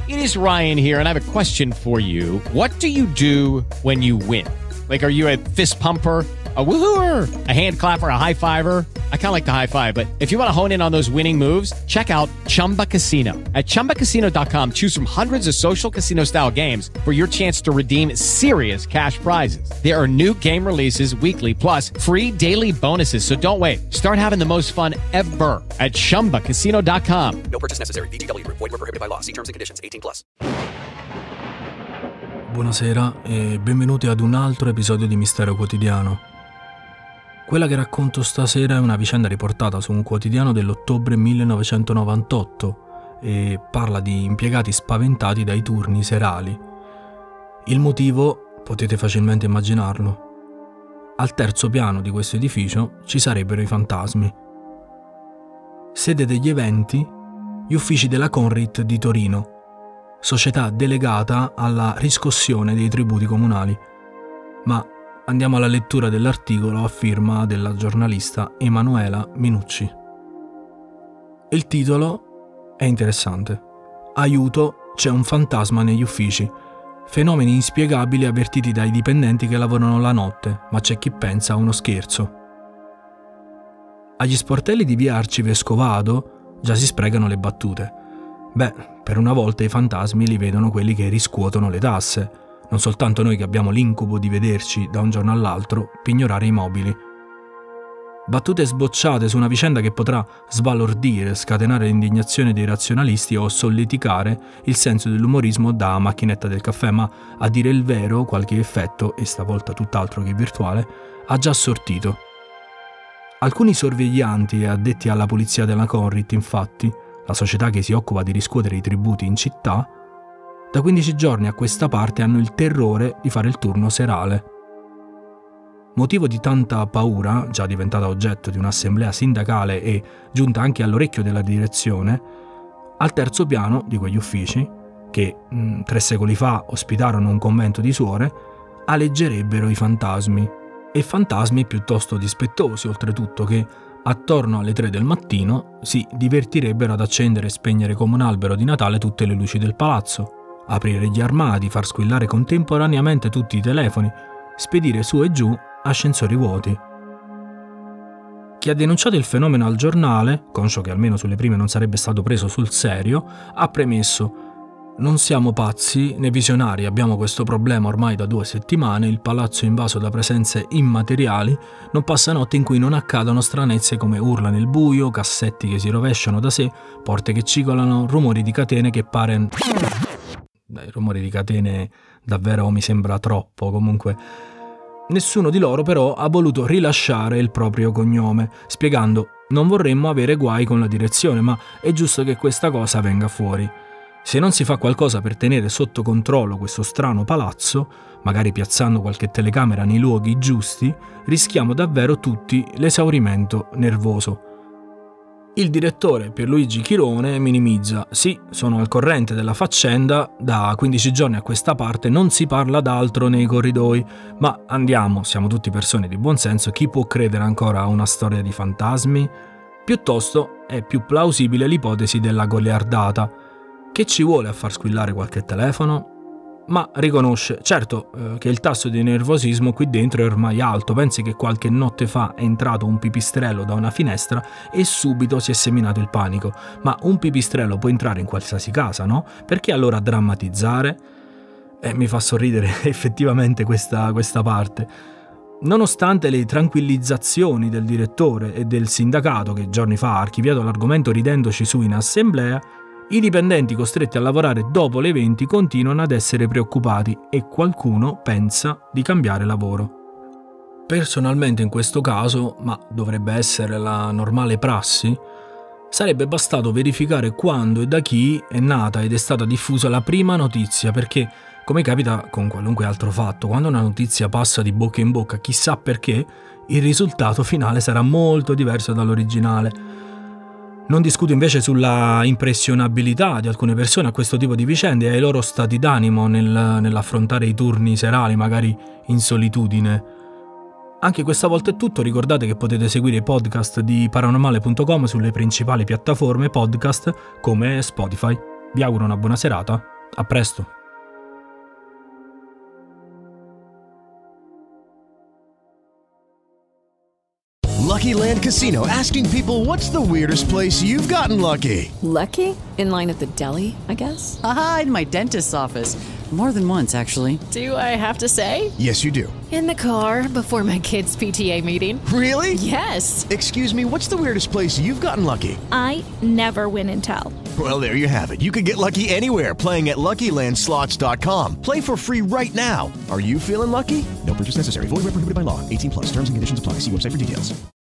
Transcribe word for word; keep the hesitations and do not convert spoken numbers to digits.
It is Ryan here, and I have a question for you. What do you do when you win? Like, are you a fist pumper, a woohooer, a hand clapper, a high fiver? I kind of like the high five, but if you want to hone in on those winning moves, check out Chumba Casino. At chumba casino dot com, choose from hundreds of social casino style games for your chance to redeem serious cash prizes. There are new game releases weekly, plus free daily bonuses. So don't wait. Start having the most fun ever at chumba casino dot com. No purchase necessary. V G W Group. Void where prohibited by law. See terms and conditions. eighteen plus. Buonasera e benvenuti ad un altro episodio di Mistero Quotidiano. Quella che racconto stasera è una vicenda riportata su un quotidiano dell'ottobre millenovecentonovantotto e parla di impiegati spaventati dai turni serali. Il motivo potete facilmente immaginarlo. Al terzo piano di questo edificio ci sarebbero i fantasmi. Sede degli eventi, gli uffici della Conrit di Torino, società delegata alla riscossione dei tributi comunali. Ma andiamo alla lettura dell'articolo a firma della giornalista Emanuela Minucci. Il titolo è interessante. Aiuto, c'è un fantasma negli uffici. Fenomeni inspiegabili avvertiti dai dipendenti che lavorano la notte, ma c'è chi pensa a uno scherzo. Agli sportelli di via Arcivescovado già si sprecano le battute. Beh, per una volta i fantasmi li vedono quelli che riscuotono le tasse, non soltanto noi che abbiamo l'incubo di vederci da un giorno all'altro pignorare i mobili. Battute sbocciate su una vicenda che potrà sbalordire, scatenare l'indignazione dei razionalisti o solleticare il senso dell'umorismo da macchinetta del caffè, ma a dire il vero qualche effetto, e stavolta tutt'altro che virtuale, ha già sortito. Alcuni sorveglianti e addetti alla polizia della Conrit, infatti, la società che si occupa di riscuotere i tributi in città, da quindici giorni a questa parte hanno il terrore di fare il turno serale. Motivo di tanta paura, già diventata oggetto di un'assemblea sindacale e giunta anche all'orecchio della direzione, al terzo piano di quegli uffici, che mh, tre secoli fa ospitarono un convento di suore, aleggerebbero i fantasmi, e fantasmi piuttosto dispettosi oltretutto che, attorno alle tre del mattino, si divertirebbero ad accendere e spegnere come un albero di Natale tutte le luci del palazzo, aprire gli armadi, far squillare contemporaneamente tutti i telefoni, spedire su e giù ascensori vuoti. Chi ha denunciato il fenomeno al giornale, conscio che almeno sulle prime non sarebbe stato preso sul serio, ha premesso: non siamo pazzi né visionari, abbiamo questo problema ormai da due settimane, il palazzo è invaso da presenze immateriali, non passa notte in cui non accadano stranezze come urla nel buio, cassetti che si rovesciano da sé, porte che cigolano, rumori di catene che pare... Dai, rumori di catene davvero mi sembra troppo, comunque. Nessuno di loro però ha voluto rilasciare il proprio cognome, spiegando: non vorremmo avere guai con la direzione, ma è giusto che questa cosa venga fuori. Se non si fa qualcosa per tenere sotto controllo questo strano palazzo, magari piazzando qualche telecamera nei luoghi giusti, rischiamo davvero tutti l'esaurimento nervoso. Il direttore Pierluigi Chirone minimizza: sì, sono al corrente della faccenda, da quindici giorni a questa parte non si parla d'altro nei corridoi, ma andiamo, siamo tutti persone di buon senso, chi può credere ancora a una storia di fantasmi? Piuttosto è più plausibile l'ipotesi della goliardata. Che ci vuole a far squillare qualche telefono? Ma riconosce, certo, eh, che il tasso di nervosismo qui dentro è ormai alto. Pensi che qualche notte fa è entrato un pipistrello da una finestra e subito si è seminato il panico. Ma un pipistrello può entrare in qualsiasi casa, no? Perché allora drammatizzare? Eh, mi fa sorridere effettivamente questa, questa parte. Nonostante le tranquillizzazioni del direttore e del sindacato, che giorni fa ha archiviato l'argomento ridendoci su in assemblea, i dipendenti costretti a lavorare dopo le venti continuano ad essere preoccupati e qualcuno pensa di cambiare lavoro. Personalmente in questo caso, ma dovrebbe essere la normale prassi, sarebbe bastato verificare quando e da chi è nata ed è stata diffusa la prima notizia, perché, come capita con qualunque altro fatto, quando una notizia passa di bocca in bocca, chissà perché, il risultato finale sarà molto diverso dall'originale. Non discuto invece sulla impressionabilità di alcune persone a questo tipo di vicende e ai loro stati d'animo nel, nell'affrontare i turni serali, magari in solitudine. Anche questa volta è tutto, ricordate che potete seguire i podcast di paranormale punto com sulle principali piattaforme podcast come Spotify. Vi auguro una buona serata A presto. Lucky Land Casino, asking people, what's the weirdest place you've gotten lucky? Lucky? In line at the deli, I guess? Aha, in my dentist's office. More than once, actually. Do I have to say? Yes, you do. In the car before my kids' P T A meeting. Really? Yes. Excuse me, what's the weirdest place you've gotten lucky? I never win and tell. Well, there you have it. You can get lucky anywhere, playing at Lucky Land Slots dot com. Play for free right now. Are you feeling lucky? No purchase necessary. Void where prohibited by law. eighteen plus. Terms and conditions apply. See website for details.